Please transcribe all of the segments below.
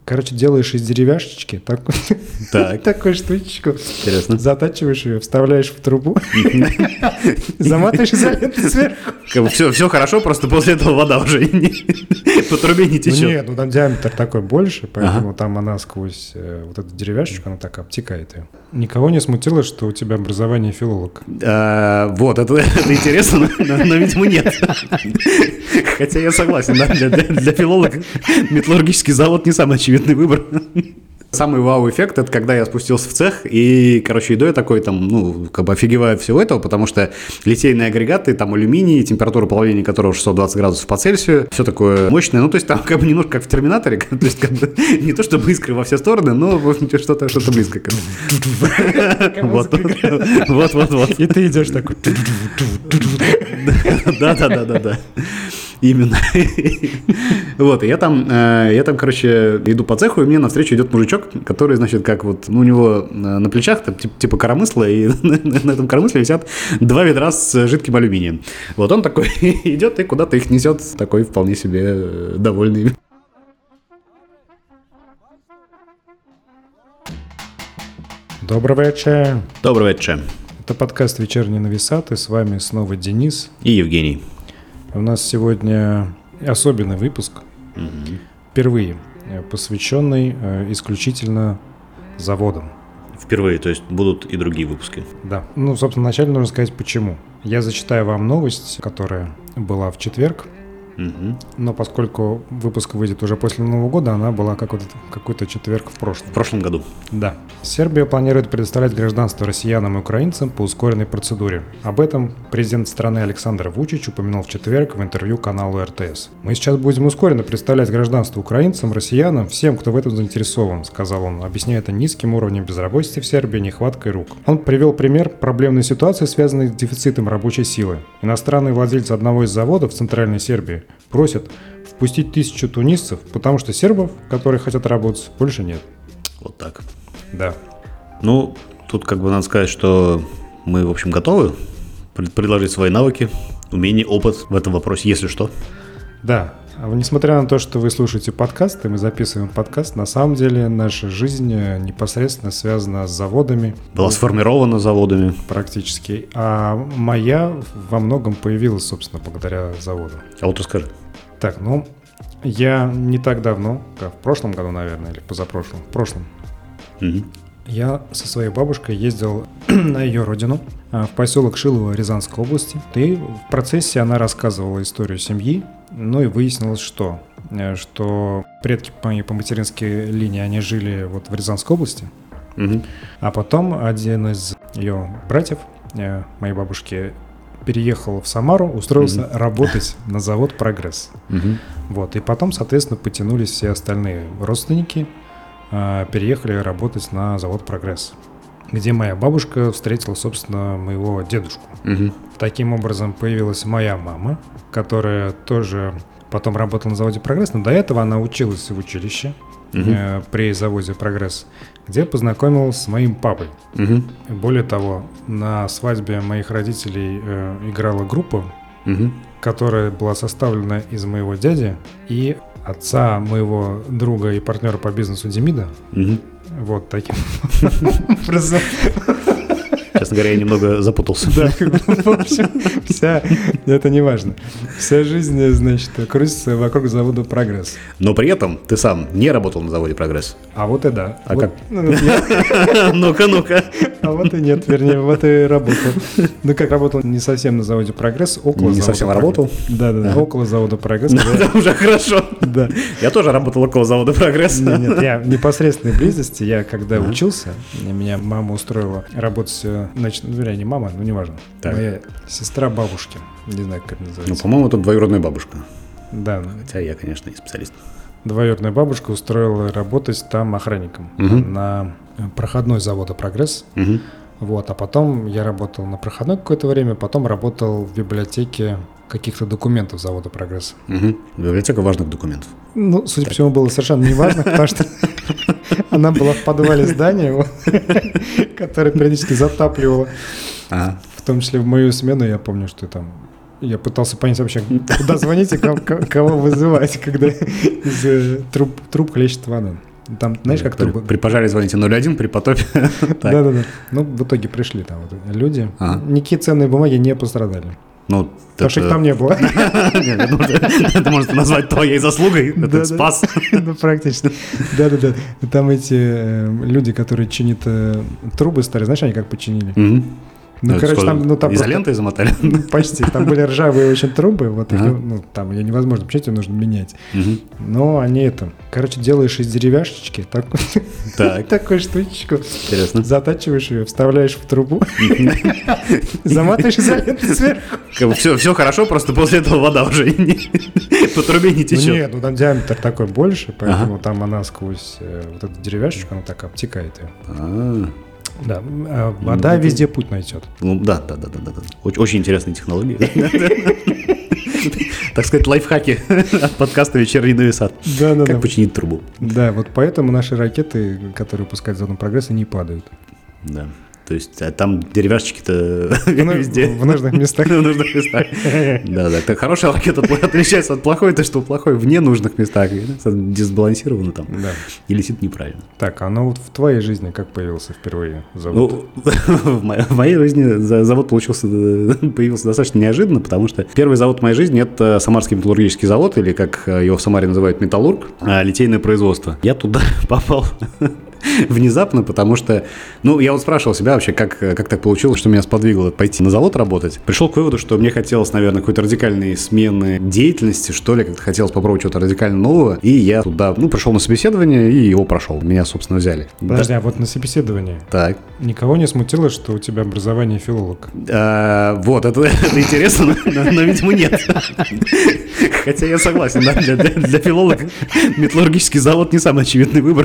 Короче, делаешь из деревяшечки такую штучечку. Интересно. Затачиваешь ее, вставляешь в трубу, заматываешь изолентой сверху. Все хорошо, просто после этого вода уже по трубе не течет. Нет, ну там диаметр такой больше, поэтому там она сквозь вот эту деревяшечку, она так обтекает ее. Никого не смутило, что у тебя образование филолог? Вот, это интересно, но, видимо, нет. Хотя я согласен, да, для филолога металлургический завод не самый очевидный выбор. Самый вау-эффект – это когда я спустился в цех и, короче, иду я такой там, ну, как бы офигеваю от всего этого, потому что литейные агрегаты, там алюминий, температура плавления которого 620 градусов по Цельсию, все такое мощное, ну, то есть там как бы немножко как в Терминаторе, то есть как бы не то, чтобы искры во все стороны, но, в общем-то, что-то близко. Вот. И ты идешь такой... Да. Именно. Вот, и я там, короче, иду по цеху, и мне навстречу идет мужичок, который, значит, как вот, ну, у него на плечах типа коромысло, и на этом коромысле висят 2 ведра с жидким алюминием. Вот он такой идет и куда-то их несет, такой вполне себе довольный. Доброго вечера. Доброго вечера. Это подкаст «Вечерний нависат», и с вами снова Денис. И Евгений. У нас сегодня особенный выпуск, впервые посвященный исключительно заводам. Впервые, то есть будут и другие выпуски. Да. Ну, собственно, вначале нужно сказать, почему. Я зачитаю вам новость, которая была в четверг, но поскольку выпуск выйдет уже после Нового года, она была какой-то четверг в прошлом. В прошлом году. Да. Сербия планирует предоставлять гражданство россиянам и украинцам по ускоренной процедуре. Об этом президент страны Александр Вучич упомянул в четверг в интервью каналу РТС. «Мы сейчас будем ускоренно представлять гражданство украинцам, россиянам, всем, кто в этом заинтересован», сказал он, объясняя это низким уровнем безработицы в Сербии, нехваткой рук. Он привел пример проблемной ситуации, связанной с дефицитом рабочей силы. Иностранные владельцы одного из заводов в Центральной Сербии просят впустить 1000 тунисцев, потому что сербов, которые хотят работать, больше нет. Вот так. Да. Ну, тут как бы надо сказать, что мы, в общем, готовы предложить свои навыки, умения, опыт в этом вопросе, если что. Да. Несмотря на то, что вы слушаете подкасты, мы записываем подкаст, на самом деле наша жизнь непосредственно связана с заводами. Была сформирована заводами. Практически. А моя во многом появилась, собственно, благодаря заводу. А вот расскажи. Так, ну, я не так давно, как в прошлом году, наверное, или позапрошлом, в прошлом, я со своей бабушкой ездил на ее родину, в поселок Шилово Рязанской области. И в процессе она рассказывала историю семьи. Ну и выяснилось, что предки мои по материнской линии, они жили вот в Рязанской области. А потом один из ее братьев, моей бабушки, переехал в Самару, устроился работать на завод «Прогресс». Вот, и потом, соответственно, потянулись все остальные родственники, переехали работать на завод «Прогресс», где моя бабушка встретила, собственно, моего дедушку. Таким образом появилась моя мама, которая тоже потом работала на заводе «Прогресс», но до этого она училась в училище при заводе «Прогресс», где познакомилась с моим папой. Более того, на свадьбе моих родителей играла группа, которая была составлена из моего дяди и отца моего друга и партнера по бизнесу Демида. Вот таким образом. Честно говоря, я немного запутался. Да, в общем, это не важно. Вся жизнь, значит, крутится вокруг завода «Прогресс». Но при этом ты сам не работал на заводе «Прогресс». А вот и да. А как? Ну-ка. А вот и нет, вернее, вот и работал. Ну, как работал не совсем на заводе «Прогресс», около завода. Не совсем работал? Да, около завода «Прогресс». Это уже хорошо. Да. Я тоже работал около завода «Прогресс». Нет, я в непосредственной близости. Я когда учился, меня мама устроила работать, значит, не мама, но неважно. Моя сестра бабушки. Не знаю, как это называется. Ну, по-моему, это двоюродная бабушка. Да. Хотя я, конечно, не специалист. Двоюродная бабушка устроила работать там охранником на проходной завода «Прогресс». Вот, а потом я работал на проходной какое-то время, потом работал в библиотеке каких-то документов завода «Прогресс». Библиотека важных документов. Ну, судя по всему, было совершенно неважно, потому что она была в подвале здания, которое периодически затапливало. В том числе в мою смену, я помню, что там... Я пытался понять вообще, куда звонить и кого вызывать, когда из труб хлещет вода. Там, знаешь, как трубы. При пожаре звоните 01, при потопе. Да-да-да. Ну, в итоге пришли там вот люди. Никакие ценные бумаги не пострадали. Ну, потому что их там не было. Это можно назвать твоей заслугой, это спас. Ну, практически. Да-да-да. Там эти люди, которые чинят трубы старые, знаешь, они как починили? Ну, короче, там изолентой замотали? Почти. Там были ржавые очень трубы, вот ну, там ее невозможно починить, ее нужно менять. Но они это... Короче, делаешь из деревяшечки такую штучечку, затачиваешь ее, вставляешь в трубу, заматываешь изолентой сверху. Все хорошо, просто после этого вода уже по трубе не течет. Нет, ну там диаметр такой больше, поэтому там она сквозь вот эту деревяшечку, она так обтекает ее. Да, вода везде путь найдет. Ну да. Очень интересные технологии. Так сказать, лайфхаки от подкаста «Вечерний нависат». Да. Как починить трубу. Да, вот поэтому наши ракеты, которые пускают в зону прогресса, не падают. Да. То есть там деревяшечки-то везде. В нужных местах. В нужных местах. Да. Так хорошая ракета отличается от плохой, то что плохой в ненужных местах. Дисбалансировано там. Да. И летит неправильно. Так, а ну вот в твоей жизни как появился впервые завод? Ну, в моей жизни завод появился достаточно неожиданно, потому что первый завод в моей жизни – это Самарский металлургический завод, или как его в Самаре называют металлург, литейное производство. Я туда попал внезапно, потому что, ну, я вот спрашивал себя вообще, как так получилось, что меня сподвигло пойти на завод работать. Пришел к выводу, что мне хотелось, наверное, какой-то радикальной смены деятельности, что ли, как-то хотелось попробовать чего-то радикально нового, и я туда, пришел на собеседование, и его прошел. Меня, собственно, взяли. Подожди, а вот на собеседование никого не смутило, что у тебя образование филолог? Вот, это интересно, но, видимо, нет. Хотя я согласен, да, для филолога металлургический завод не самый очевидный выбор.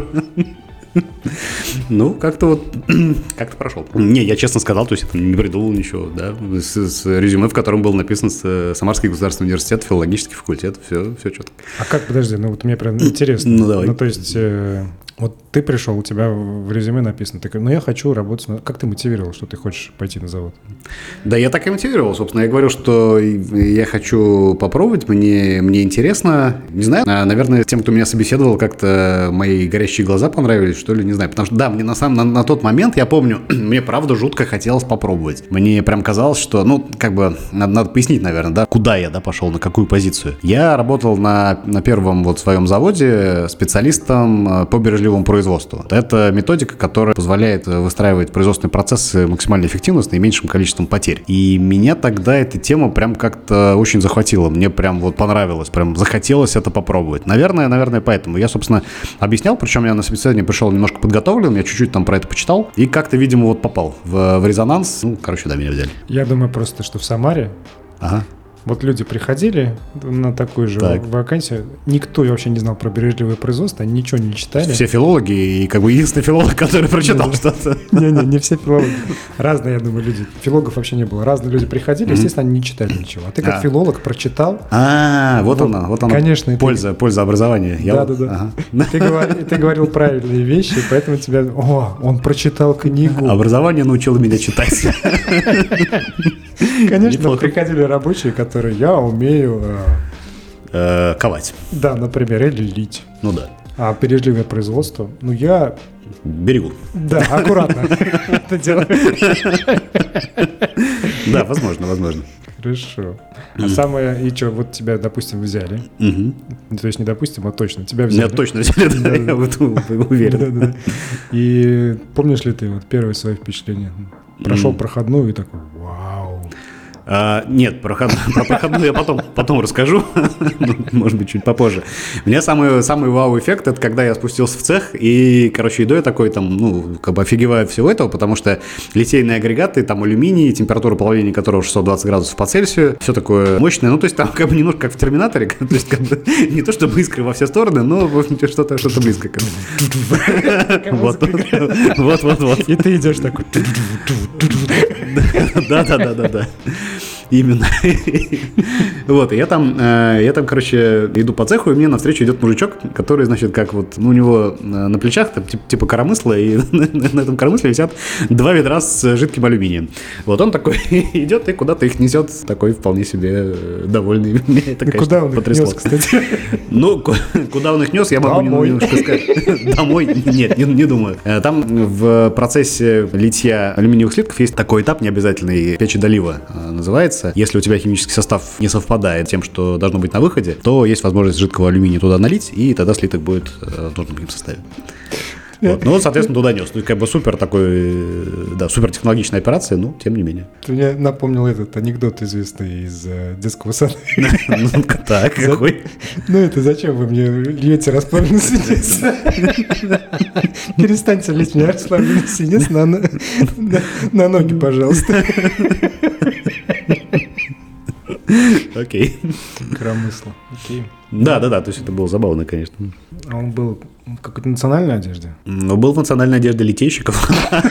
Ну, как-то прошел. Не, я честно сказал, то есть это не придумал ничего, да, с резюме, в котором было написано Самарский государственный университет, филологический факультет, все четко. А как, подожди, ну вот мне прям интересно. Ну, давай. Ну, то есть... Вот ты пришел, у тебя в резюме написано, ты говоришь, я хочу работать. Как ты мотивировал, что ты хочешь пойти на завод? Да, я так и мотивировал, собственно. Я говорю, что я хочу попробовать, мне интересно. Не знаю, наверное, тем, кто меня собеседовал, как-то мои горящие глаза понравились, что ли, не знаю. Потому что, да, мне на тот момент, я помню, мне правда жутко хотелось попробовать. Мне прям казалось, что, надо пояснить, наверное, да, куда я, пошел, на какую позицию. Я работал на первом вот своем заводе специалистом по бережливому производству. Это методика, которая позволяет выстраивать производственные процессы максимально эффективно с наименьшим количеством потерь. И меня тогда эта тема прям как-то очень захватила. Мне прям вот понравилось, прям захотелось это попробовать. Наверное, поэтому. Я, собственно, объяснял, причем я на собеседование пришел немножко подготовлен, я чуть-чуть там про это почитал и как-то, видимо, вот попал в резонанс. Меня взяли. Я думаю просто, что в Самаре вот люди приходили на такую же вакансию, никто вообще не знал про бережливое производство, они ничего не читали. Все филологи и единственный филолог, который прочитал что-то. Не все филологи. Разные, я думаю, люди. Филологов вообще не было. Разные люди приходили, естественно, они не читали ничего. А ты как филолог прочитал. Вот она. Конечно. Польза образования. Да. Ты говорил правильные вещи, поэтому тебя... он прочитал книгу. Образование научило меня читать. Конечно, приходили рабочие, которые я умею... ковать. Да, например, или лить. Ну да. А бережливое производство, я... Берегу. Да, аккуратно это делаю. Да, возможно. Хорошо. А самое, и что, вот тебя, допустим, взяли. То есть не допустим, а точно. Тебя взяли. Меня точно взяли, я в этом уверен. И помнишь ли ты вот первые свои впечатления? Прошел проходную и такой, вау. Нет, про проходную я потом расскажу, может быть, чуть попозже. У меня самый вау-эффект – это когда я спустился в цех, и, иду я такой офигеваю от всего этого, потому что литейные агрегаты, там алюминий, температура плавления которого 620 градусов по Цельсию, все такое мощное, то есть там немножко как в Терминаторе, то есть не то чтобы искры во все стороны, но, в общем-то, что-то близко. Вот. И ты идешь такой... Да. Именно. Вот, и я там, короче, иду по цеху, и мне навстречу идет мужичок, который, значит, как вот, ну, у него на плечах типа коромысло, и на этом коромысле висят 2 ведра с жидким алюминием. Вот он такой идет и куда-то их несет, такой вполне себе довольный. Мне это, конечно, куда он потрясло. Их нес, кстати? Ну, куда он их нес, я могу немножко сказать. Домой? Нет, не думаю. Там в процессе литья алюминиевых слитков есть такой этап необязательный, печь долива называется. Если у тебя химический состав не совпадает с тем, что должно быть на выходе, то есть возможность жидкого алюминия туда налить, и тогда слиток будет в нужном им составе. Вот. Ну, вот, соответственно, туда нес. Ну, как бы супер такой, да, супер технологичная операция, но тем не менее. Ты мне напомнил этот анекдот известный из детского сада. Так, какой? Ну, это зачем вы мне льете расплавленный свинец? Перестаньте лить мне расплавленный свинец на ноги, пожалуйста. Окей. Коромысло. Окей. Да, то есть это было забавно, конечно. А он был в какой-то национальной одежде? Ну, был в национальной одежде литейщиков.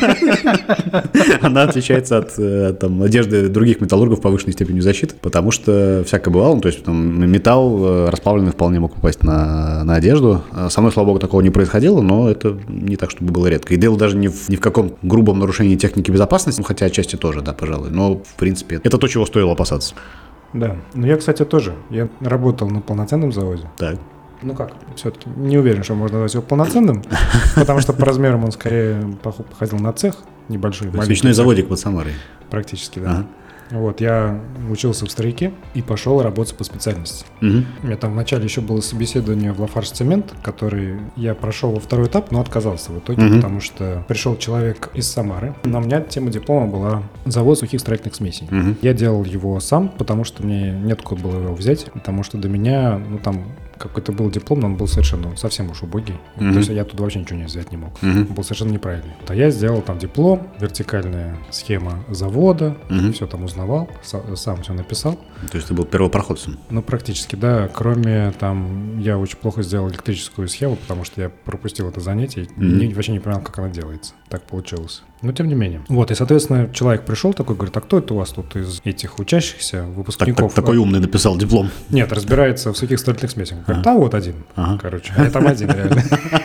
Она отличается от там, одежды других металлургов повышенной степенью защиты, потому что всякое бывало, то есть там, металл расплавленный вполне мог попасть на одежду. Со мной, слава богу, такого не происходило, но это не так, чтобы было редко. И дело даже не в каком грубом нарушении техники безопасности, хотя отчасти тоже, да, пожалуй. Но, в принципе, это то, чего стоило опасаться. Да, но я, кстати, тоже. Я работал на полноценном заводе. Так. Ну как, все-таки не уверен, что можно назвать его полноценным, потому что по размерам он скорее походил на цех небольшой. Свечной заводик под Самарой. Практически, да. Вот, я учился в Стройке и пошел работать по специальности. У меня там вначале еще было собеседование в Лафарж-Цемент, который я прошел во второй этап, но отказался в итоге, потому что пришел человек из Самары. На меня тема диплома была завод сухих строительных смесей. Я делал его сам, потому что мне неоткуда было его взять, потому что до меня, ну там, какой-то был диплом, но он был совершенно, совсем уж убогий. То есть я тут вообще ничего не взять не мог. Он был совершенно неправильный. А я сделал там диплом, вертикальная схема завода, все там узнавал, сам все написал. То есть ты был первопроходцем? Ну, практически, да. Кроме там, я очень плохо сделал электрическую схему, потому что я пропустил это занятие и вообще не понял, как она делается. Так получилось. Но тем не менее. Вот, и, соответственно, человек пришел такой, говорит, а кто это у вас тут из этих учащихся, выпускников? Такой умный написал диплом. Нет, разбирается в сухих строительных смесях. Говорит, вот один, короче. А я там один реально.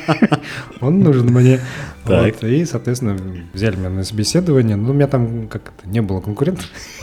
Он нужен мне. Вот, и, соответственно, взяли меня на собеседование. Но у меня там как-то не было конкурентов.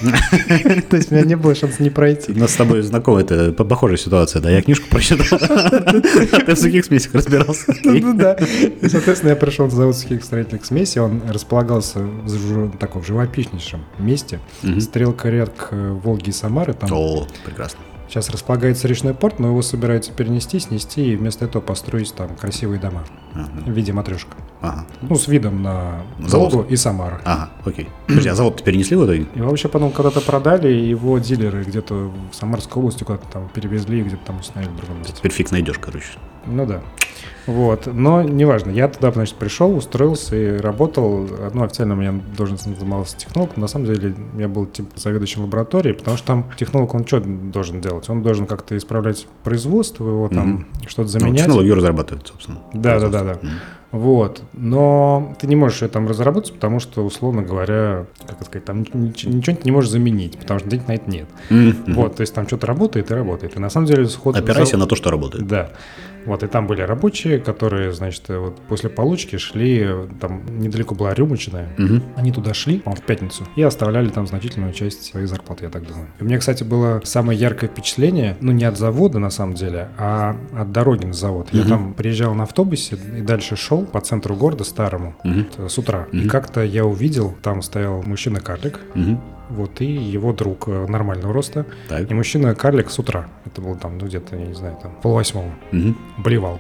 То есть у меня не было шанса не пройти. У нас с тобой знакомая, это похожая ситуация, да? Я книжку прочитал, а ты в сухих смесях разбирался. Ну да. И, соответственно, я пришел на завод сухих строительных смесей. Он располагался в таком живописнейшем месте. Стрелка рек Волги и Самары. О, прекрасно. Сейчас располагается речной порт, но его собираются перенести, снести и вместо этого построить там красивые дома в виде матрешек. Ну, с видом на Волгу и Самару. Окей. Подожди, а завод-то перенесли в итоге? Его вообще потом когда-то продали, и его дилеры где-то в Самарской области куда-то там перевезли, где-то там установили в другом месте. Теперь фиг найдешь, короче. Ну да. Вот, но неважно, я туда, значит, пришел, устроился и работал. Ну, официально у меня должность называлась технолог, но на самом деле я был типа заведующим лабораторией, потому что там технолог, он что должен делать? Он должен как-то исправлять производство, его там что-то заменять. Технологию разрабатывать, собственно. Да. Вот, но ты не можешь ее там разработать, потому что, условно говоря, как сказать, там ничего ты не можешь заменить, потому что денег на это нет. Вот, то есть там что-то работает и работает. И на самом деле сход... Опирайся на то, что работает. Да. Вот, и там были рабочие, которые, значит, вот после получки шли, там недалеко была рюмочная, они туда шли, по-моему, в пятницу, и оставляли там значительную часть своей зарплаты, я так думаю. И у меня, кстати, было самое яркое впечатление, ну, не от завода, на самом деле, а от дороги на завод. Я там приезжал на автобусе и дальше шел по центру города старому с утра. И как-то я увидел, там стоял мужчина-карлик, вот, и его друг нормального роста. И мужчина-карлик с утра. Это было там, ну, где-то, я не знаю, там, 7:30. Блевал.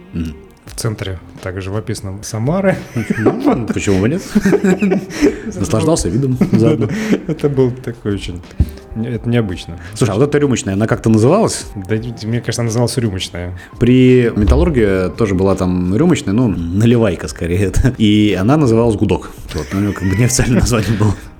В центре, так живописном Самары. Почему бы нет? Наслаждался видом заодно. Это был такой очень... Это необычно. Слушай, а вот эта рюмочная, она как-то называлась? Да, мне кажется, она называлась рюмочная. При металлургии тоже была там рюмочная, ну, наливайка скорее. И она называлась гудок. Вот, у него как бы неофициальное название было.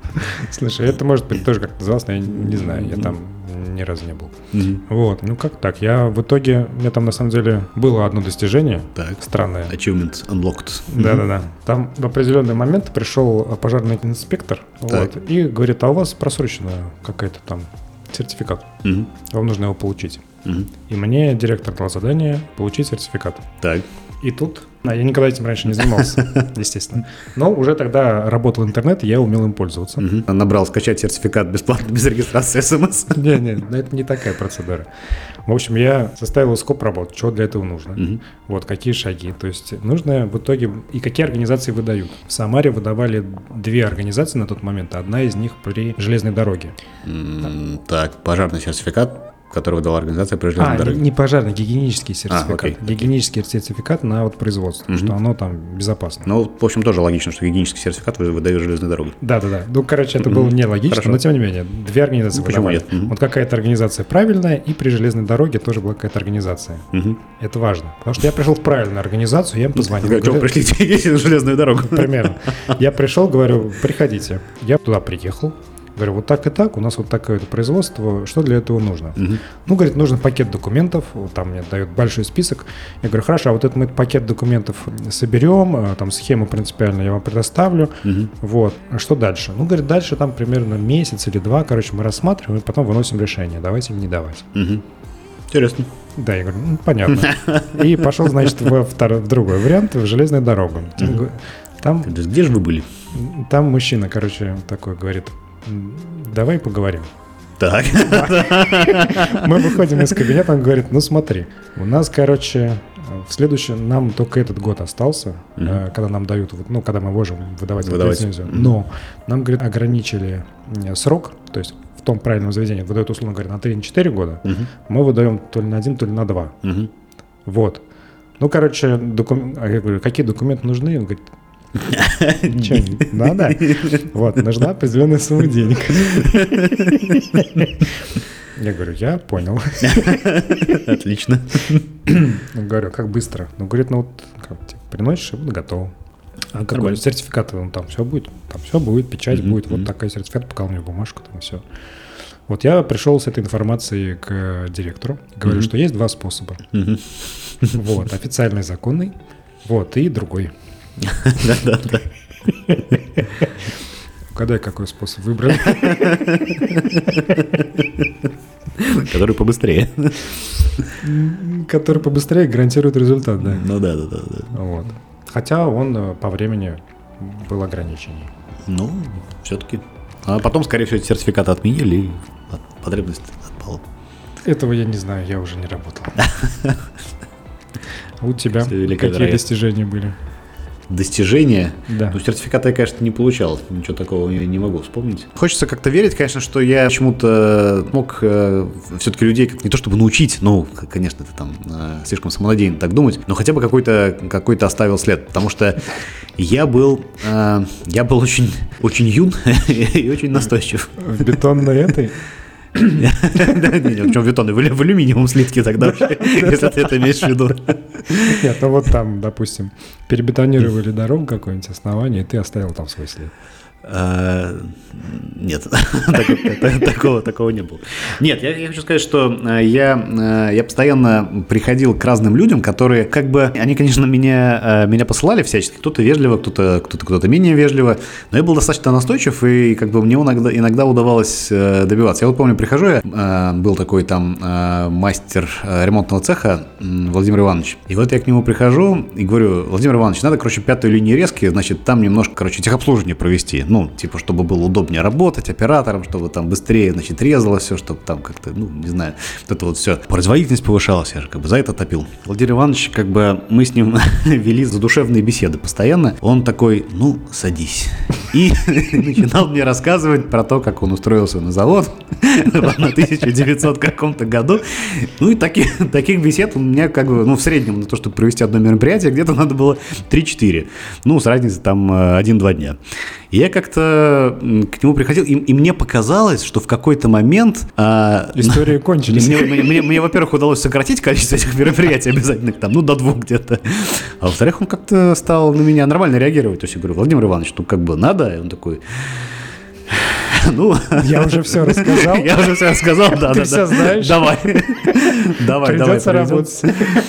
Слушай, это может быть тоже как называлось, но я не знаю, я там ни разу не был. Вот, ну как так? Я в итоге, у меня там на самом деле было одно достижение странное. Achievement unlocked. Да-да-да. Там в определенный момент пришел пожарный инспектор и говорит, а у вас просрочена какая-то там сертификат. Вам нужно его получить. И мне директор дал задание получить сертификат. Так. И тут... я никогда этим раньше не занимался, естественно. Но уже тогда работал интернет, и я умел им пользоваться. Набрал скачать сертификат бесплатно, без регистрации СМС. Не, это не такая процедура. В общем, я составил скоп работ, что для этого нужно. Вот, какие шаги. То есть нужно в итоге... И какие организации выдают. В Самаре выдавали 2 организации на тот момент. Одна из них при железной дороге. Так, пожарный сертификат, который выдала организация при железной дороге. Не пожарный, гигиенический сертификат. Гигиенический сертификат на вот производство, что оно там безопасно. Ну, в общем, тоже логично, что гигиенический сертификат выдает железная дорога. Да-да-да. Ну, короче, это было нелогично, но тем не менее, 2 организации выдавали. Почему нет? Вот какая-то организация правильная, и при железной дороге тоже была какая-то организация. Это важно. Потому что я пришел в правильную организацию, я им позвонил. Что, пришли на железную дорогу? Примерно. Я пришел, говорю, приходите. Я туда приехал. Говорю, вот так и так, у нас вот такое-то производство, что для этого нужно? Ну, говорит, нужен пакет документов, вот там мне дают большой список. Я говорю, хорошо, а вот этот мы пакет документов соберем, там схему принципиально я вам предоставлю, вот, а что дальше? Ну, говорит, дальше там примерно месяц или 2, короче, мы рассматриваем и потом выносим решение, давать или не давать. Интересно. Да, я говорю, ну, понятно. И пошел, значит, в другой вариант, в железную дорогу. Там, где же вы были? Там мужчина, короче, такой говорит, давай поговорим. Так. Мы выходим из кабинета, он говорит, ну смотри, у нас, короче, в следующем, нам только этот год остался, когда нам дают, ну, когда мы можем выдавать лицензию. Но нам, говорит, ограничили срок, то есть в том правильном заведении выдают, условно говоря, на 3-4 года, мы выдаем то ли на 1, то ли на 2. Вот. Ну, короче, я говорю, какие документы нужны? Он говорит, ничего, надо. Вот, нужна определенная сумма денег. Я говорю, я понял. Отлично. Говорю, как быстро? Ну, говорит, ну вот, приносишь, и буду готов. А какой сертификат? Там все будет, печать будет, вот такой сертификат, показал мне бумажку, там и все. Вот я пришел с этой информацией к директору, говорю, что есть 2 способа. Вот, официальный, законный, вот, и другой. Да. Угадай, какой способ выбрали. Который побыстрее. Который побыстрее гарантирует результат, да. Ну да. Вот. Хотя он по времени был ограниченный. Ну, все-таки. А потом, скорее всего, эти сертификаты отменили, и потребность отпала. Этого я не знаю, я уже не работал. У тебя какие достижения были? Достижения. Да. Ну, сертификата я, конечно, не получал. Ничего такого я не могу вспомнить. Хочется как-то верить, конечно, что я почему-то мог все-таки людей как не то чтобы научить, ну, конечно, это там слишком самонадеянно так думать, но хотя бы какой-то оставил след. Потому что я был очень, очень юн и очень настойчив. В бетонной этой? Причем в бетонной, в алюминиевом слитке тогда вообще, если ты это имеешь в виду. Нет, ну вот там, допустим, перебетонировали дорогу какое-нибудь основание, и ты оставил там свой след. Нет, такого не было. Нет, я хочу сказать, что я постоянно приходил к разным людям, которые как бы, они, конечно, меня посылали всячески, кто-то вежливо, кто-то менее вежливо, но я был достаточно настойчив, и как бы мне иногда удавалось добиваться. Я вот помню, прихожу я, был такой там мастер ремонтного цеха Владимир Иванович, и вот я к нему прихожу и говорю, Владимир Иванович, надо, короче, 5-ю линию резки, значит, там немножко, короче, техобслуживание провести. Ну, типа, чтобы было удобнее работать оператором, чтобы там быстрее, значит, резало все, чтобы там как-то, ну, не знаю, вот это вот все. Производительность повышалась, я же как бы за это топил. Владимир Иванович, как бы, мы с ним вели задушевные беседы постоянно. Он такой, ну, садись. И начинал мне рассказывать про то, как он устроился на завод в 1900 каком-то году. Ну, и таких бесед у меня, как бы, ну, в среднем на то, чтобы провести одно мероприятие, где-то надо было 3-4. Ну, с разницей там 1-2 дня. И я как-то к нему приходил, и мне показалось, что в какой-то момент... Истории кончились. Мне, во-первых, удалось сократить количество этих мероприятий обязательных, там, ну, до 2 где-то. А во-вторых, он как-то стал на меня нормально реагировать. То есть я говорю, Владимир Иванович, ну, как бы надо. И он такой... Ну, я уже все рассказал. Я уже все рассказал, да. Ты все знаешь. Давай. Придется работать.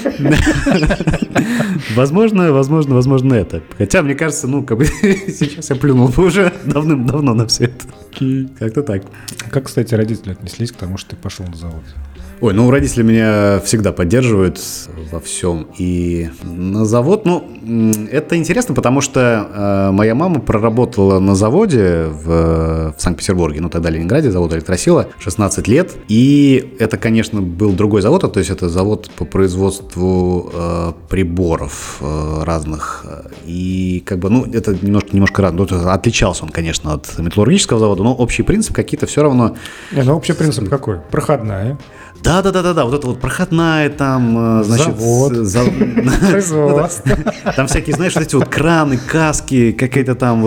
Возможно, это. Хотя, мне кажется, сейчас я плюнул бы уже давным-давно на все это. Как-то так. Как, кстати, родители отнеслись к тому, что ты пошел на завод? Ой, родители меня всегда поддерживают во всем. И на завод, это интересно, потому что моя мама проработала на заводе в Санкт-Петербурге, тогда Ленинграде, завод «Электросила», 16 лет. И это, конечно, был другой завод, то есть это завод по производству приборов разных. И это немножко разное. Отличался он, конечно, от металлургического завода, но общий принцип какие-то все равно... общий принцип какой? Проходная. Да, вот это вот проходная там, значит... Завод. Производство. Там всякие, знаешь, вот эти вот краны, каски, какая-то там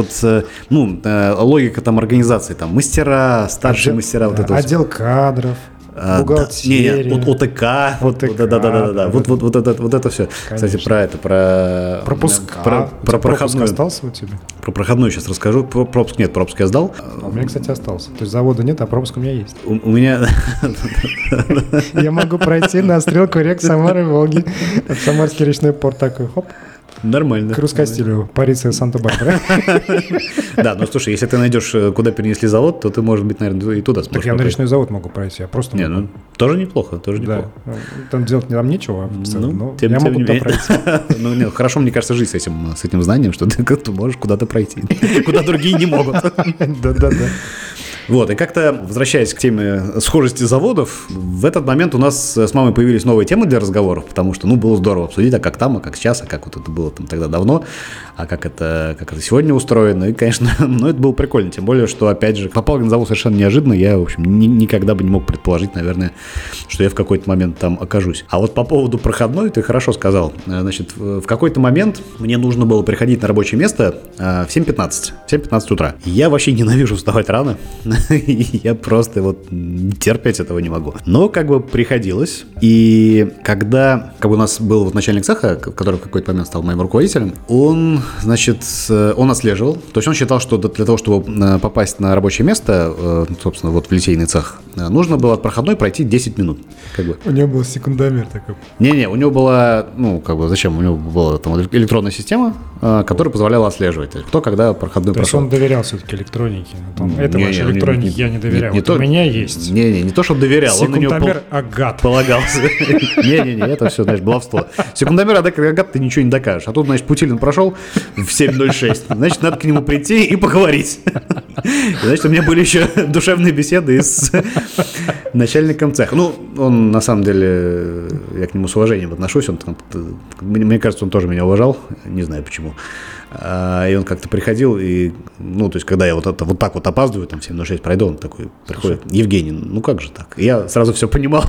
логика там организации, там мастера, старшие мастера, вот это. Отдел кадров. Бухгалтерия. ОТК. Да. Вот это все. Конечно. Кстати, про пропуска. Про пропуск остался у тебя? Про проходную сейчас расскажу. Пропуск я сдал. У меня, кстати, остался. То есть завода нет, а пропуск у меня есть. У меня... Я могу пройти на стрелку рек Самары и Волги. Самарский речной порт такой, хоп. Нормально. К Русскостилю, Париция, Санта-Барбара. Да, слушай, если ты найдешь, куда перенесли завод, то ты, может быть, наверное, и туда сможешь. Так я на речной завод могу пройти, я просто могу. Тоже неплохо. Да, там делать нам нечего, но я могу туда пройти. Хорошо, мне кажется, жить с этим знанием, что ты можешь куда-то пройти, куда другие не могут. Да. Вот, и как-то, возвращаясь к теме схожести заводов, в этот момент у нас с мамой появились новые темы для разговоров, потому что, было здорово обсудить, а как там, а как сейчас, а как вот это было там тогда давно, а как это сегодня устроено, и, конечно, это было прикольно, тем более, что, опять же, попал на завод совершенно неожиданно, я, в общем, никогда бы не мог предположить, наверное, что я в какой-то момент там окажусь. А вот по поводу проходной ты хорошо сказал, значит, в какой-то момент мне нужно было приходить на рабочее место в 7:15 утра. Я вообще ненавижу вставать рано. Я просто терпеть этого не могу. Но приходилось. И когда у нас был начальник цеха, который в какой-то момент стал моим руководителем, он отслеживал. То есть он считал, что для того, чтобы попасть на рабочее место, собственно, в литейный цех, нужно было от проходной пройти 10 минут. У него был секундомер такой. Не, у него была, зачем? У него была там электронная система, которая позволяла отслеживать, кто когда проходной прошел. То есть он доверял все-таки электронике. Это вашей электронике я не доверяю. У меня есть. Не то, что доверял. Секундомер Агат. Полагался. Не, это все, знаешь, баловство. Секундомер Агат ты ничего не докажешь. А тут, значит, Путилин прошел в 7:06. Значит, надо к нему прийти и поговорить. Значит, у меня были еще душевные беседы с начальником цеха. Он, на самом деле, я к нему с уважением отношусь. Мне кажется, он тоже меня уважал. Не знаю почему. И он как-то приходил, и, то есть, когда я вот так опаздываю, там, в 7:06 пройду, он такой приходит: Евгений, как же так? И я сразу все понимал.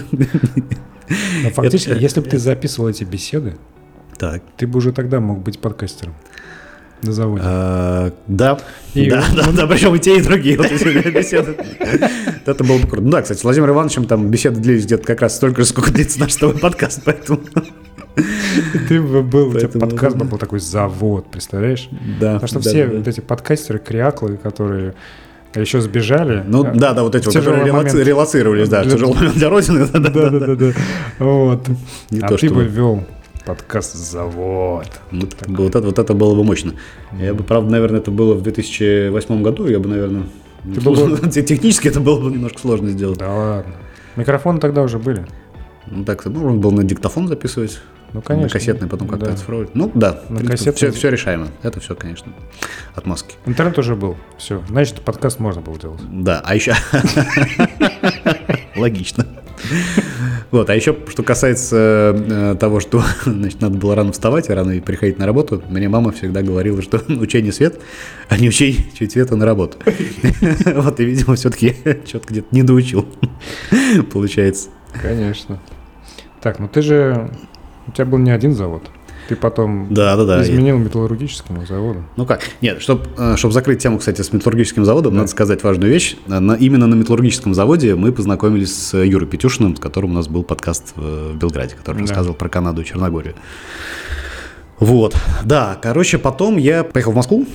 Но фактически, если бы ты записывал эти беседы, ты бы уже тогда мог быть подкастером на заводе. Да, причем и те, и другие беседы. Это было бы круто. Да, кстати, с Владимиром Ивановичем там беседы длились где-то как раз столько же, сколько длится наш с тобой подкаст, поэтому... Ты был, у тебя подкаст был такой завод, представляешь? Да. Потому что все вот эти подкастеры, кряклы, которые еще сбежали. Вот эти, которые релоцировались, тяжелый момент для Родины. Да. Вот. А ты бы вел подкаст «Завод». Вот это было бы мощно. Я бы, правда, наверное, это было в 2008 году, я бы, наверное... Технически это было бы немножко сложно сделать. Да ладно. Микрофоны тогда уже были. Он был на диктофон записывать. Конечно. На кассетный, потом как-то оцифровывать. Все решаемо. Это все, конечно, отмазки. Интернет уже был. Все. Значит, подкаст можно было делать. Да, а еще... Логично. А еще, что касается того, что, значит, надо было рано вставать и рано приходить на работу, мне мама всегда говорила, что учей не свет, а не учей чуть света на работу. И, видимо, все-таки что-то где-то не доучил, получается. Конечно. Так, у тебя был не один завод. Ты потом изменил металлургическому заводу. Нет, чтобы закрыть тему, кстати, с металлургическим заводом, надо сказать важную вещь. Именно на металлургическом заводе мы познакомились с Юрой Петюшиным, с которым у нас был подкаст в Белграде, который рассказывал про Канаду и Черногорию. Потом я поехал в Москву,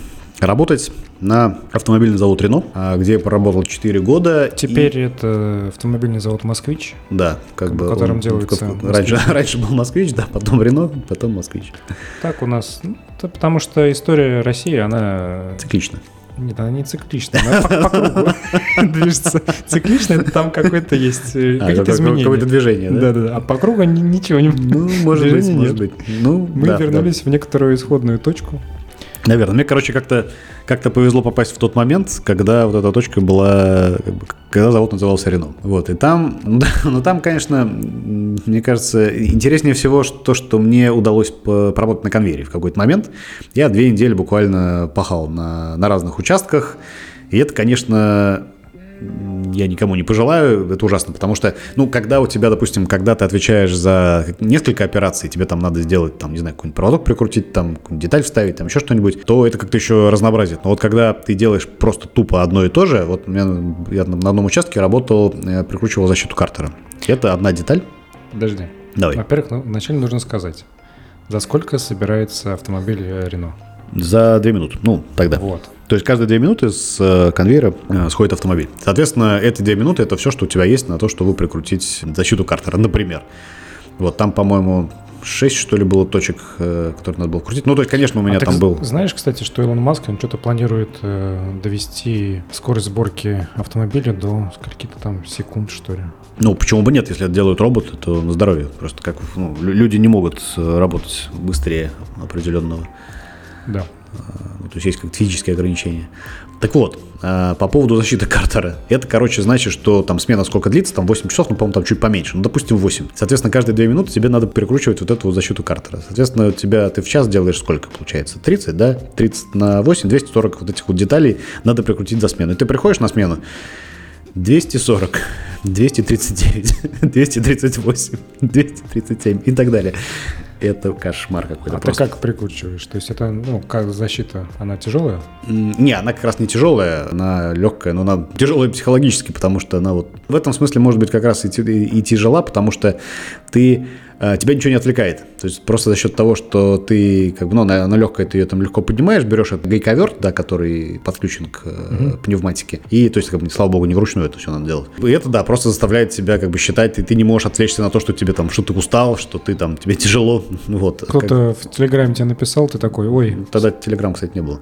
работать на автомобильный завод «Рено», где я проработал 4 года. Теперь это автомобильный завод «Москвич». Да, как бы. В котором делается раньше был «Москвич», да, потом «Рено», потом «Москвич». Так у нас, потому что история России, она... Циклична. Нет, она не цикличная, она по кругу движется. Цикличная, это там какое-то есть, какие-то изменения. Какое-то движение, да? Да. А по кругу ничего не... Ну, может быть. Мы вернулись в некоторую исходную точку. Наверное. Мне, как-то повезло попасть в тот момент, когда вот эта точка была, когда завод назывался «Рено». Вот, и там, там, конечно, мне кажется, интереснее всего то, что мне удалось поработать на конвейере в какой-то момент. Я 2 недели буквально пахал на разных участках, и это, конечно... Я никому не пожелаю, это ужасно, потому что, когда у тебя, допустим, когда ты отвечаешь за несколько операций, тебе там надо сделать, там, не знаю, какой-нибудь проводок прикрутить, там, какую-нибудь деталь вставить, там, еще что-нибудь, то это как-то еще разнообразит. Но вот когда ты делаешь просто тупо одно и то же, вот я на одном участке работал, прикручивал защиту картера. Это одна деталь. Подожди. Давай. Во-первых, вначале нужно сказать, за сколько собирается автомобиль «Рено»? За 2 минуты, тогда. Вот. То есть каждые 2 минуты с конвейера сходит автомобиль. Соответственно, эти 2 минуты – это все, что у тебя есть на то, чтобы прикрутить защиту картера, например. Вот там, по-моему, 6, что ли, было точек, которые надо было крутить. То есть, конечно, у меня там был... Знаешь, кстати, что Илон Маск, он что-то планирует довести скорость сборки автомобиля до скольки-то там секунд, что ли? Почему бы нет, если это делают роботы, то на здоровье. Просто как люди не могут работать быстрее определенного. Да. То есть как-то физические ограничения. Так вот, по поводу защиты картера. Это, значит, что там смена сколько длится, там 8 часов, по-моему, там чуть поменьше. Допустим, 8. Соответственно, каждые 2 минуты тебе надо перекручивать вот эту вот защиту картера. Соответственно, ты в час делаешь сколько, получается? 30, да? 30 на 8, 240 вот этих вот деталей надо прикрутить за смену. И ты приходишь на смену, 240, 239, 238, 237 и так далее. Это кошмар какой-то. А просто. Ты как прикручиваешь? То есть это, как защита, она тяжелая? Не, она как раз не тяжелая, она легкая, но она тяжелая психологически, потому что она вот в этом смысле может быть как раз и тяжела, потому что тебя ничего не отвлекает. То есть просто за счет того, что ты, она легкая, ты ее там легко поднимаешь, берешь этот гайковерт, да, который подключен к пневматике, и, то есть, слава богу, не вручную это все надо делать. И это, да, просто заставляет тебя считать, и ты не можешь отвлечься на то, что тебе там, что ты устал, что ты там, тебе тяжело. Вот. Кто-то в Телеграме тебе написал, ты такой, ой. Тогда Телеграм, кстати, не было.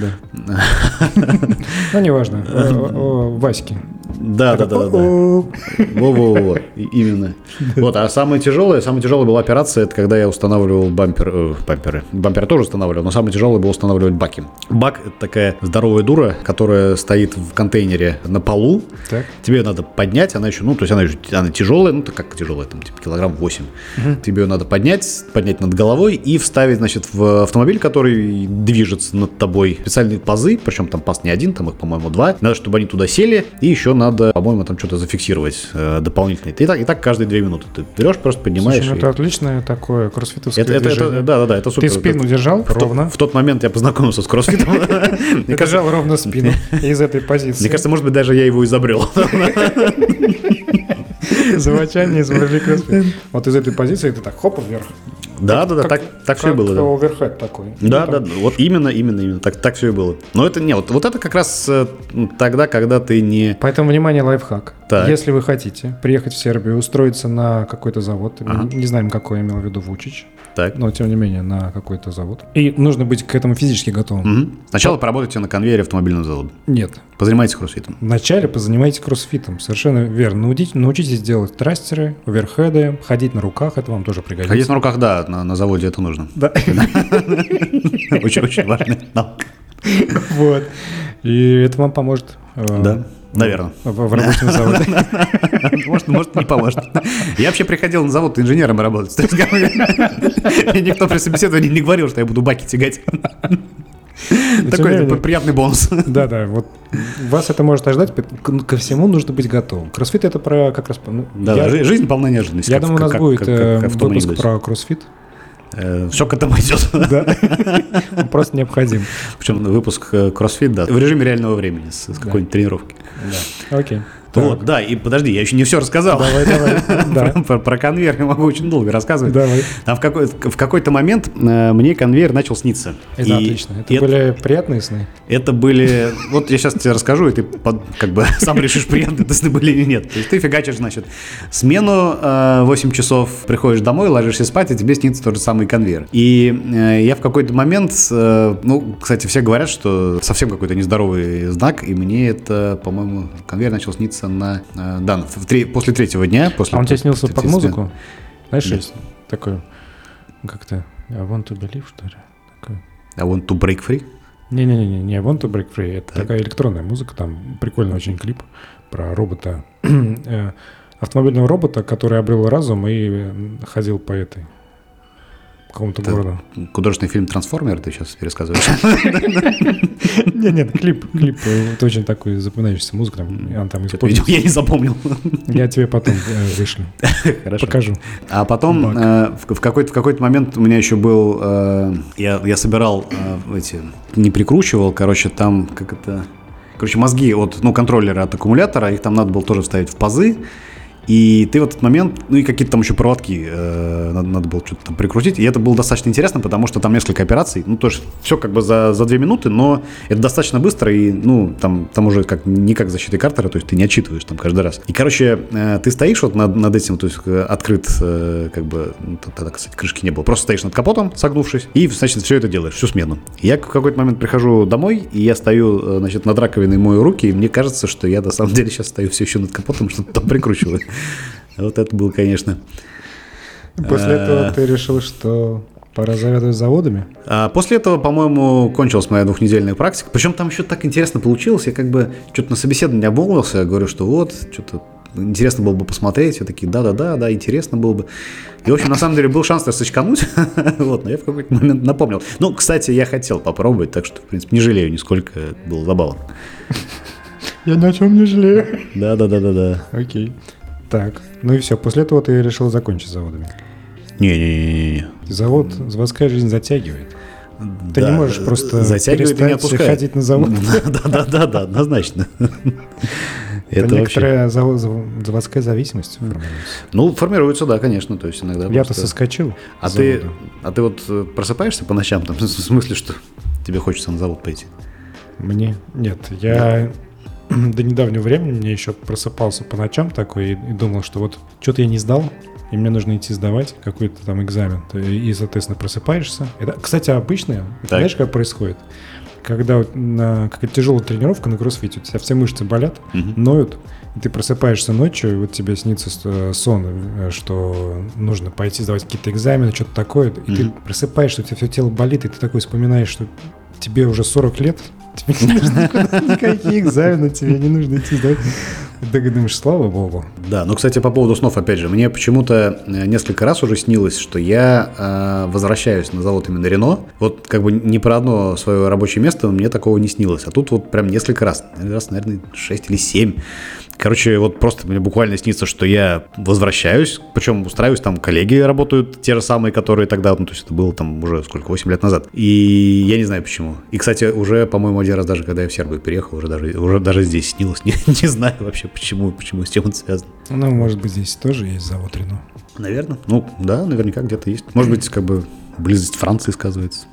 Да. Неважно. Васьки. Да. Во-во-во. Именно. Вот, а самая тяжелая была операция, это когда я устанавливал бамперы. Бамперы тоже устанавливал, но самое тяжелое было устанавливать баки. Бак – это такая здоровая дура, которая стоит в контейнере на полу. Так. Тебе ее надо поднять, она еще, она тяжелая, как тяжелая, там, типа килограмм 8. Тебе ее надо поднять над головой и вставить, в автомобиль, который движется над тобой. Специальные пазы, причем там паз не один, там их, по-моему, 2. Надо, чтобы они туда сели, и еще надо, по-моему, там что-то зафиксировать дополнительно. И так каждые 2 минуты. Ты берешь, просто поднимаешь. Слушай, это отличное такое кроссфитовское движение. Да, это супер. Ты спину держал ровно? В тот момент я познакомился с кроссфитом. Ты держал ровно спину из этой позиции. Мне кажется, может быть, даже я его изобрел. Заводчане изобрели кроссфит. Вот из этой позиции ты так хоп вверх. Да, так все и было. Как оверхед такой. Да, вот именно, так все и было. Но это не, вот это как раз тогда, когда ты не... Поэтому, внимание, лайфхак. Так. Если вы хотите приехать в Сербию, устроиться на какой-то завод, не знаем, какой я имел в виду Вучич, но, тем не менее, на какой-то завод, и нужно быть к этому физически готовым. Сначала поработайте на конвейере автомобильного завода. Нет. Позанимайтесь кроссфитом. Вначале позанимайтесь кроссфитом, совершенно верно. Научитесь делать трастеры, оверхеды, ходить на руках, это вам тоже пригодится. Ходить на руках, да, на заводе это нужно. Да. Очень важный навык. Вот. И это вам поможет. Да, наверное. В работе на заводе. Может, не поможет. Я вообще приходил на завод инженером работать. И никто при собеседовании не говорил, что я буду баки тягать. Такой приятный бонус. Да, вот вас это может ожидать. Ко всему нужно быть готовым. Кроссфит это про как раз... Да, жизнь полна неожиданностей. Я думаю, у нас будет выпуск про кроссфит. Все к этому идет. Да. Он просто необходим. Причем выпуск кроссфит, да, в режиме реального времени, с какой-нибудь тренировки. Да. Окей. Вот, да, и подожди, я еще не все рассказал. Давай. Про конвейер я могу очень долго рассказывать. Давай. Там в какой-то момент мне конвейер начал сниться. Это отлично. Это были приятные сны? Это были... Вот я сейчас тебе расскажу, и ты как бы сам решишь, приятные это сны были или нет. То есть ты фигачишь, значит, смену 8 часов, приходишь домой, ложишься спать, и тебе снится тот же самый конвейер. И я в какой-то момент... Ну, кстати, все говорят, что совсем какой-то нездоровый знак, и мне это, по-моему, конвейер начал сниться после третьего дня. А он тебе снился под музыку? Знаешь, есть такой, как-то, I want to believe, что ли? Такой. I want to break free? Не I want to break free. Это такая электронная музыка, там прикольный очень клип про робота, автомобильного робота, который обрел разум и ходил по какому-то городу. Художественный фильм «Трансформер» ты сейчас пересказываешь? Нет, клип. Это очень такой запоминающийся музыка. Там используется. Я не запомнил. Я тебе потом вышлю. Хорошо. Покажу. А потом в какой-то момент у меня еще был... Я собирал не прикручивал, там как это... мозги от контроллера от аккумулятора, их там надо было тоже вставить в пазы. И ты в этот момент, и какие-то там еще проводки надо было что-то там прикрутить. И это было достаточно интересно, потому что там несколько операций. тоже все как бы за 2 минуты, но это достаточно быстро. И, там уже не как защиты Картера, то есть ты не отчитываешь там каждый раз. И, ты стоишь над этим, то есть открыт, тогда, кстати, крышки не было. Просто стоишь над капотом, согнувшись, и, значит, все это делаешь, всю смену. И я в какой-то момент прихожу домой, и я стою, над раковиной, мою руки, и мне кажется, что я на самом деле сейчас стою все еще над капотом, что-то там прикручиваю. Вот это было, конечно. После этого ты решил, что пора завязывать заводами? После этого, по-моему, кончилась моя 2-недельная практика. Причем там еще так интересно получилось. Я что-то на собеседовании обмолвился, говорю, что что-то интересно было бы посмотреть. Все такие, да, интересно было бы. И, в общем, на самом деле был шанс сочкануть. Но я в какой-то момент напомнил. Кстати, я хотел попробовать, так что, в принципе, не жалею нисколько. Было забавно. Я ни о чем не жалею. Да. Окей. Так, и все, после этого ты решил закончить заводами? Не. Заводская жизнь затягивает. Ты не можешь просто перестать ходить на завод. Да, однозначно. Это некоторая заводская зависимость формируется. Формируется, да, конечно. То есть иногда я-то соскочил. А ты просыпаешься по ночам, в смысле, что тебе хочется на завод пойти? Мне? Нет, я... До недавнего времени мне еще просыпался по ночам такой и думал, что что-то я не сдал, и мне нужно идти сдавать какой-то там экзамен. И, соответственно, просыпаешься. Это, кстати, обычное. Знаешь, как происходит? Когда какая-то тяжелая тренировка на кроссфите, у тебя все мышцы болят, ноют, и ты просыпаешься ночью, и тебе снится сон, что нужно пойти сдавать какие-то экзамены, что-то такое, и ты просыпаешься, у тебя все тело болит, и ты такой вспоминаешь, что тебе уже 40 лет, тебе не нужно никакие экзамены, тебе не нужно идти сдавать. Ты думаешь, слава богу. Да, кстати, по поводу снов, опять же, мне почему-то несколько раз уже снилось, что я возвращаюсь на завод именно Рено. Ни про одно свое рабочее место мне такого не снилось. А тут прям несколько раз, наверное, 6 или 7. Просто мне буквально снится, что я возвращаюсь, причем устраиваюсь, там коллеги работают, те же самые, которые тогда, то есть это было там уже 8 лет назад. И я не знаю почему. И, кстати, уже, по-моему, один раз даже, когда я в Сербию переехал, уже даже здесь снилось. Не знаю вообще, почему, с чем это связано. Может быть, здесь тоже есть завод Рено. Наверное. Да, наверняка где-то есть. Может быть, близость Франции сказывается.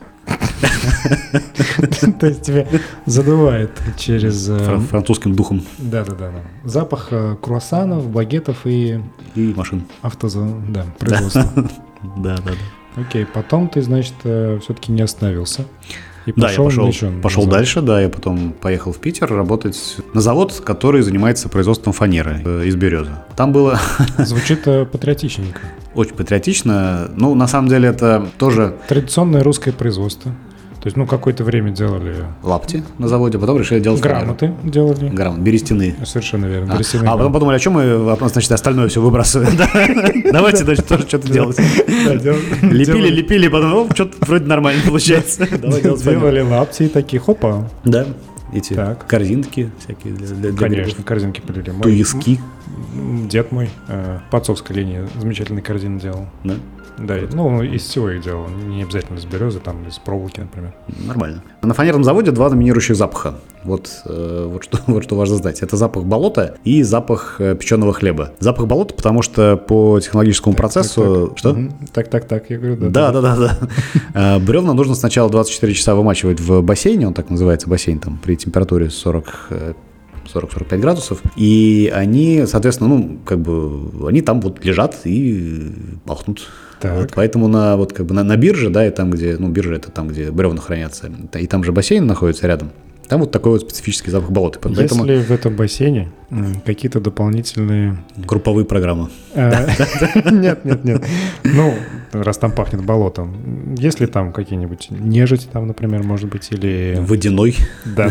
То есть тебя задувает через... Французским духом. Да. Запах круассанов, багетов и машин. Производства. Да. Окей, потом ты, значит, все-таки не остановился. И пошел дальше, да, я потом поехал в Питер работать на завод, который занимается производством фанеры из березы. Там было... Звучит патриотичненько. Очень патриотично. На самом деле это тоже... Традиционное русское производство. То есть, какое-то время делали... Лапти на заводе, потом решили делать грамоты фанеру. Делали. Грамоты, берестяные. Совершенно верно. А потом подумали, о чем мы, значит, остальное все выбрасываем. Давайте, значит, тоже что-то делать. Лепили, потом, что-то вроде нормально получается. Делали лапти и такие, хопа. Да, эти корзинки всякие. Конечно, корзинки полили. Туиски. Дед мой по отцовской линии замечательные корзины делал. Да? Да, ну, из всего их делал, не обязательно из березы, там, из проволоки, например. Нормально. На фанерном заводе два доминирующих запаха. Вот что важно знать. Это запах болота и запах печеного хлеба. Запах болота, потому что по технологическому процессу... Так. Что? Так, я говорю, да. Да. Бревна нужно сначала 24 часа вымачивать в бассейне, он так называется, бассейн, там, при температуре 40-45 градусов, и они, соответственно, они там вот лежат и пахнут. Вот, поэтому на бирже, да, и там, где, биржа это там, где бревна хранятся, и там же бассейн находится рядом, там вот такой вот специфический запах болота. Поэтому... Если в этом бассейне какие-то дополнительные... Групповые программы. Нет. Ну, раз там пахнет болотом. Есть ли там какие-нибудь нежить там, например, может быть, или... Водяной. Да.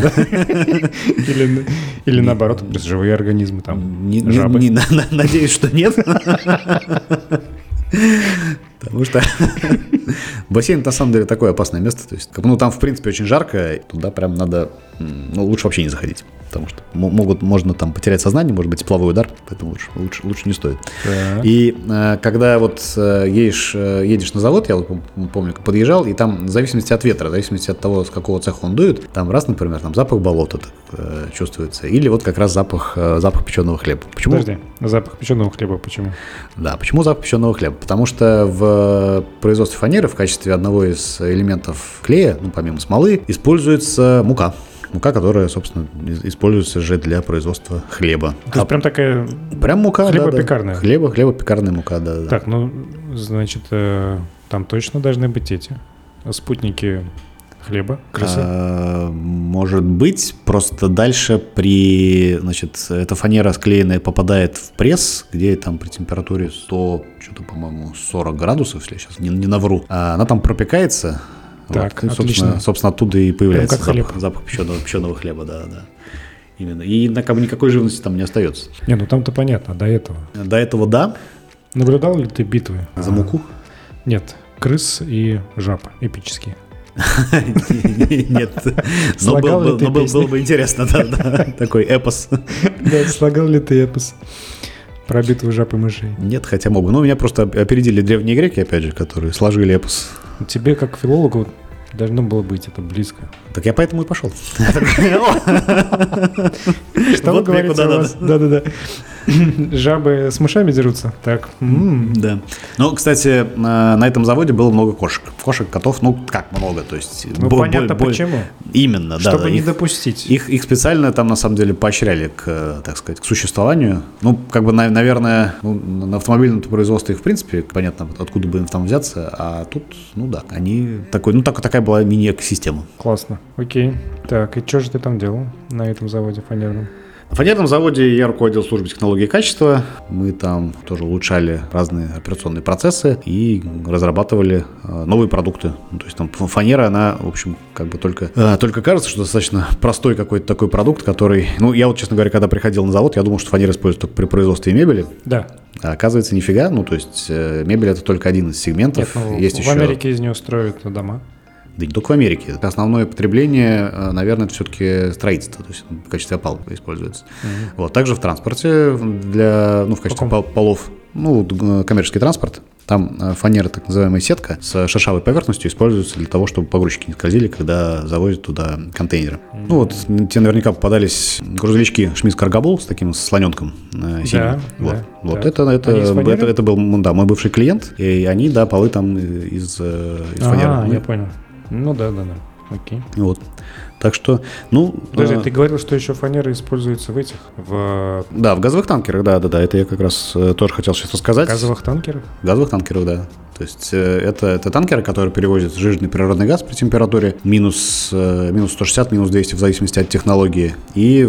Или наоборот, живые организмы там, жабы. Надеюсь, что нет. Потому что бассейн на самом деле такое опасное место. То есть, там в принципе очень жарко, туда прям надо, лучше вообще не заходить. Потому что можно там потерять сознание, может быть тепловой удар, поэтому лучше не стоит. И когда вот едешь на завод, я помню, как подъезжал, и там в зависимости от ветра, в зависимости от того, с какого цеха он дует, там раз, например, там запах болота чувствуется, или вот как раз запах печеного хлеба. Почему? Подожди, запах печеного хлеба почему? Да, почему запах печеного хлеба? Потому что в производстве фанеры в качестве одного из элементов клея, помимо смолы, используется мука. Мука, которая, собственно, используется же для производства хлеба. То есть прям такая... Прям мука, хлебопекарная. Да. Хлебопекарная мука, да. Так, значит, там точно должны быть эти спутники хлеба, крысы? Может быть, просто дальше эта фанера склеенная попадает в пресс, где там при температуре 40 градусов, если я сейчас не навру, она там пропекается. Так, вот, отлично. Собственно, оттуда и появляется запах печеного хлеба, да. Именно. И никакой живности там не остается. Там-то понятно, до этого. До этого, да. Наблюдал ли ты битвы? За муку? Нет, крыс и жаб эпические. Нет, но было бы интересно, да, такой эпос. Да, слагал ли ты эпос про битву жаб и мышей? Нет, хотя мог бы. Меня просто опередили древние греки, опять же, которые сложили эпос. Тебе, как филологу, должно было быть это близко. Так я поэтому и пошел. Что вы говорите у вас? Да. Жабы с мышами дерутся? Так. Да. Кстати, на этом заводе было много кошек. Кошек, котов, как много. То есть, понятно почему. Именно, да. Чтобы не допустить. Их специально там, на самом деле, поощряли к существованию. Наверное, на автомобильном производстве их, в принципе, понятно, откуда бы им там взяться. А тут, они такая была мини-экосистема. Классно. Окей. Так, и что же ты там делал на этом заводе фанерном? На фанерном заводе я руководил службой технологии и качества. Мы там тоже улучшали разные операционные процессы и разрабатывали новые продукты. То есть там фанера, она, в общем, только кажется, что достаточно простой какой-то такой продукт, который... я вот, честно говоря, когда приходил на завод, я думал, что фанера используется только при производстве мебели. Да. А оказывается, нифига. То есть мебель — это только один из сегментов. Нет, есть в еще... Америке из нее строят дома. Да не только в Америке. Основное потребление, наверное, это все-таки строительство, то есть в качестве опалубки используется. Также в транспорте в качестве полов, коммерческий транспорт. Там фанера, так называемая сетка с шершавой поверхностью, используется для того, чтобы погрузчики не скользили, когда завозят туда контейнеры. Тебе наверняка попадались грузовички Шмидт Каргобул с таким слоненком синим. Это был мой бывший клиент, и они, полы там из фанеры. Я понял. Да. Окей. Так что, Подожди, ты говорил, что еще фанера используется Да, в газовых танкерах, да. Это я как раз тоже хотел сейчас рассказать. В газовых танкерах? В газовых танкерах, да. То есть это танкеры, которые перевозят жирный природный газ при температуре минус 160, минус 200 в зависимости от технологии. И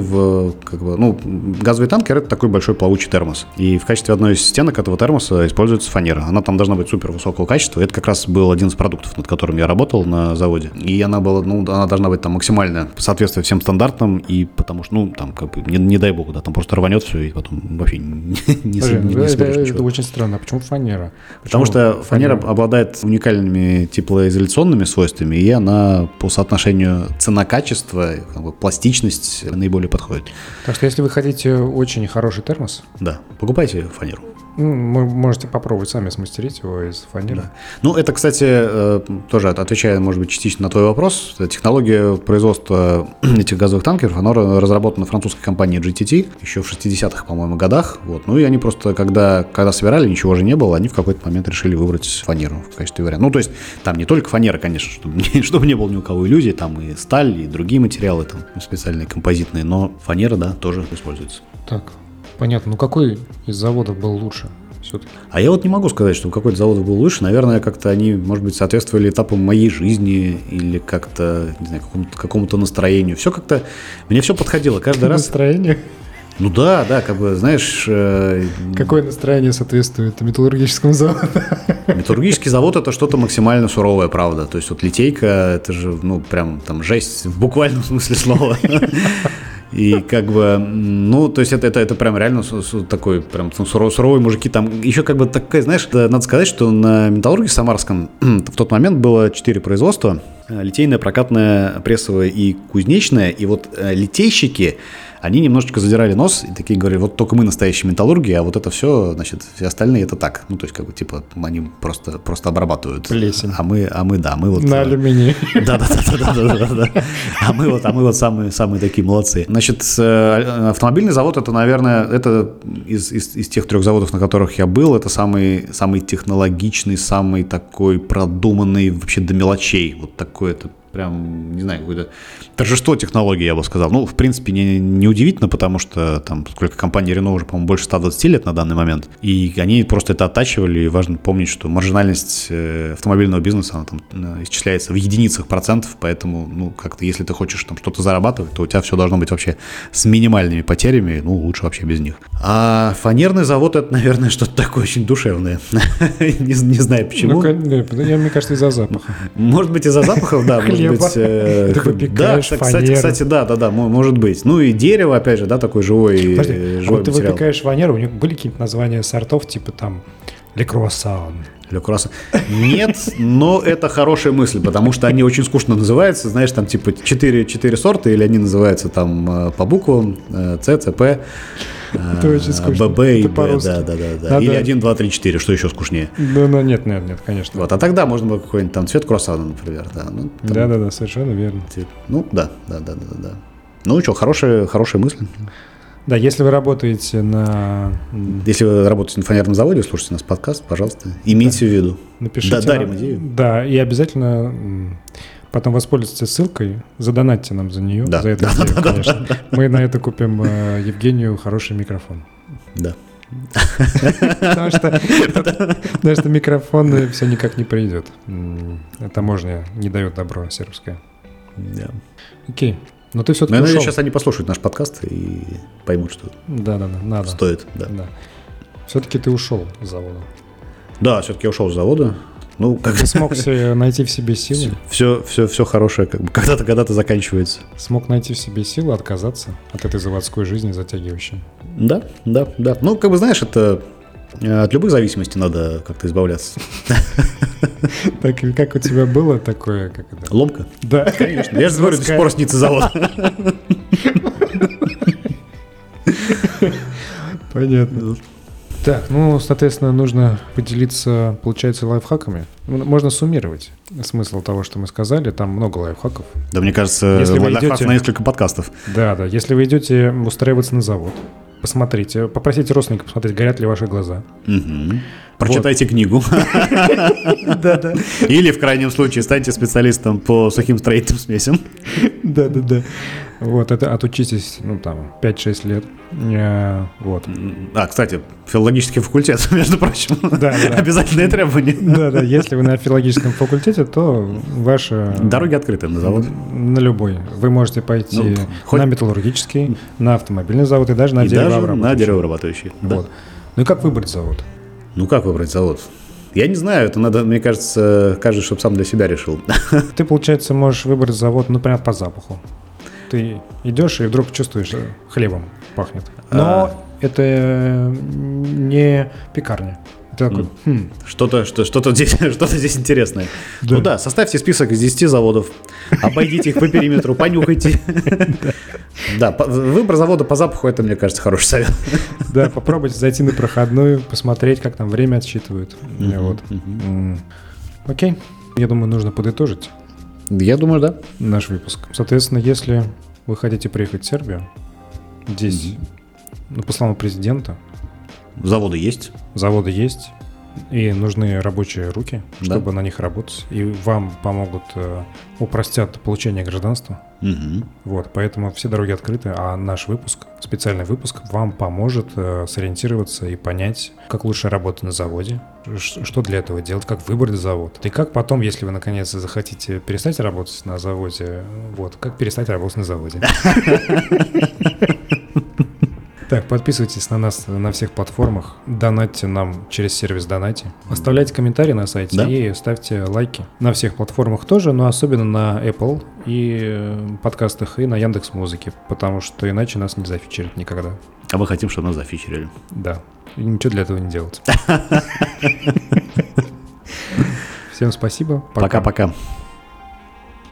газовый танкер — это такой большой плавучий термос. И в качестве одной из стенок этого термоса используется фанера. Она там должна быть супер высокого качества. Это как раз был один из продуктов, над которым я работал на заводе. И она должна быть там максимально соответствие всем стандартам, и потому что, не дай бог, там просто рванет все, и потом вообще не соберешь ничего. Это очень странно. А почему фанера? Потому что фанера обладает уникальными теплоизоляционными свойствами, и она по соотношению цена-качество, пластичность наиболее подходит. Так что если вы хотите очень хороший термос... Да, покупайте фанеру. Вы можете попробовать сами смастерить его из фанеры. Да. Ну, это, кстати, тоже отвечая, может быть, частично на твой вопрос. Технология производства этих газовых танкеров, она разработана французской компанией GTT еще в 60-х, по-моему, годах. Вот. Ну, и они просто, когда собирали, ничего же не было, они в какой-то момент решили выбрать фанеру в качестве варианта. Ну, то есть, там не только фанера, конечно, чтобы не было ни у кого иллюзий, там и сталь, и другие материалы, там специальные композитные, но фанера, да, тоже используется. Так, понятно. Ну, какой из заводов был лучше все-таки? А я вот не могу сказать, что какой-то завод был лучше. Наверное, как-то они, может быть, соответствовали этапу моей жизни или как-то, не знаю, какому-то настроению. Все как-то... Мне все подходило каждый раз. Настроение? Ну да, как бы, знаешь... Какое настроение соответствует металлургическому заводу? Металлургический завод – это что-то максимально суровое, правда. То есть вот литейка – это же, ну, прям там жесть в буквальном смысле слова. И как бы, ну, то есть это прям реально такой прям суровые мужики. Там еще как бы такая, знаешь, надо сказать, что на металлурге Самарском в тот момент было 4 производства. Литейное, прокатное, прессовое и кузнечное. И вот литейщики, они немножечко задирали нос и такие говорили, вот только мы настоящие металлурги, а вот это все, значит, все остальные это так. Ну, то есть, как бы, типа, они просто обрабатывают. Плесень. А мы вот... На алюминии. Да. А мы вот самые такие молодцы. Значит, автомобильный завод, это, наверное, это из тех 3 заводов, на которых я был, это самый технологичный, самый такой продуманный вообще до мелочей. Вот такой это прям, не знаю, какое-то торжество технологий, я бы сказал. Ну, в принципе, не удивительно, потому что там сколько компании Renault уже, по-моему, больше 120 лет на данный момент. И они просто это оттачивали. И важно помнить, что маржинальность автомобильного бизнеса, она там исчисляется в единицах процентов, поэтому, ну, как-то, если ты хочешь там что-то зарабатывать, то у тебя все должно быть вообще с минимальными потерями, ну, лучше вообще без них. А фанерный завод, это, наверное, что-то такое очень душевное. Не знаю почему. Мне кажется, из-за запаха. Может быть, из-за запахов, да. Ты выпекаешь фанеру. Кстати, да, может быть. Ну и дерево, опять же, да, такой живой материал. Ты выпекаешь фанеру, у них были какие-то названия сортов, типа там Le Croissant? Нет, но это хорошая мысль, потому что они очень скучно называются, знаешь, там типа 4 сорта, или они называются там по буквам С, Ц, П. Это очень скучно. ББ и Б, да. Или 1, 2, 3, 4, что еще скучнее. Ну, нет, конечно. Вот, а тогда можно было какой-нибудь там цвет круассана, например, да. Ну, да, совершенно верно. Ну, да. Ну, что, хорошая мысль. Да, если вы работаете на фанерном заводе, слушайте нас подкаст, пожалуйста, имейте в виду. Напишите. Дарим идею. Да, и обязательно потом воспользуйтесь ссылкой, задонатьте нам за нее, за эту идею, конечно. Мы на это купим Евгению хороший микрофон. Да. Потому что микрофон все никак не придет. Таможня не дает добро сербская. Да. Окей. Но ты все-таки ушел. Сейчас они послушают наш подкаст и поймут, что надо. Стоит. Да. Все-таки ты ушел с завода. Да, все-таки я ушел с завода. Ну, как ты смог найти в себе силы? Все хорошее, как бы когда-то заканчивается. Смог найти в себе силы отказаться от этой заводской жизни затягивающей. Да. Ну, как бы, знаешь, это от любых зависимостей надо как-то избавляться. Так, как у тебя было такое, как это? Ломка? Да. Конечно. Я же говорю, до сих пор снится завод. Понятно. Так, ну, соответственно, нужно поделиться, получается, лайфхаками. Можно суммировать смысл того, что мы сказали. Там много лайфхаков. Да, мне кажется, лайфхак на несколько подкастов. Да. Если вы идете устраиваться на завод, посмотрите, попросите родственников посмотреть, горят ли ваши глаза. Прочитайте книгу. Да. Или, в крайнем случае, станьте специалистом по сухим строительным смесям. Да. Вот, это отучитесь, 5-6 лет. Вот. Кстати, филологический факультет, между прочим. Да. Обязательное требование. Да. Если вы на филологическом факультете, то ваши... Дороги открыты на завод. На любой. Вы можете пойти на металлургический, на автомобильный завод и даже на деревообрабатывающий. На деревообрабатывающий. Вот. Ну и как выбрать завод? Я не знаю, это надо, мне кажется, каждый, чтобы сам для себя решил. Ты, получается, можешь выбрать завод, прям по запаху. Ты идешь и вдруг чувствуешь, хлебом пахнет. Но это не пекарня. Ты такой, Что-то здесь интересное. Да. Ну да, составьте список из 10 заводов, обойдите их по периметру, понюхайте. Да, выбор завода по запаху, это, мне кажется, хороший совет. Да, попробуйте зайти на проходную, посмотреть, как там время отсчитывают. Вот. Окей. Я думаю, нужно подытожить. Я думаю, да. Наш выпуск. Соответственно, если вы хотите приехать в Сербию, здесь, по словам президента, заводы есть, и нужны рабочие руки, чтобы на них работать, и вам помогут, упростят получение гражданства. Вот, поэтому все дороги открыты, а наш выпуск, специальный выпуск, вам поможет сориентироваться и понять, как лучше работать на заводе, что для этого делать, как выбрать завод, и как потом, если вы наконец захотите перестать работать на заводе, вот, как перестать работать на заводе. Так, подписывайтесь на нас на всех платформах, донатьте нам через сервис Донати, оставляйте комментарии на сайте и ставьте лайки на всех платформах тоже, но особенно на Apple и подкастах, и на Яндекс.Музыке, потому что иначе нас не зафичерят никогда. А мы хотим, чтобы нас зафичерили. Да, и ничего для этого не делать. Всем спасибо. Пока-пока.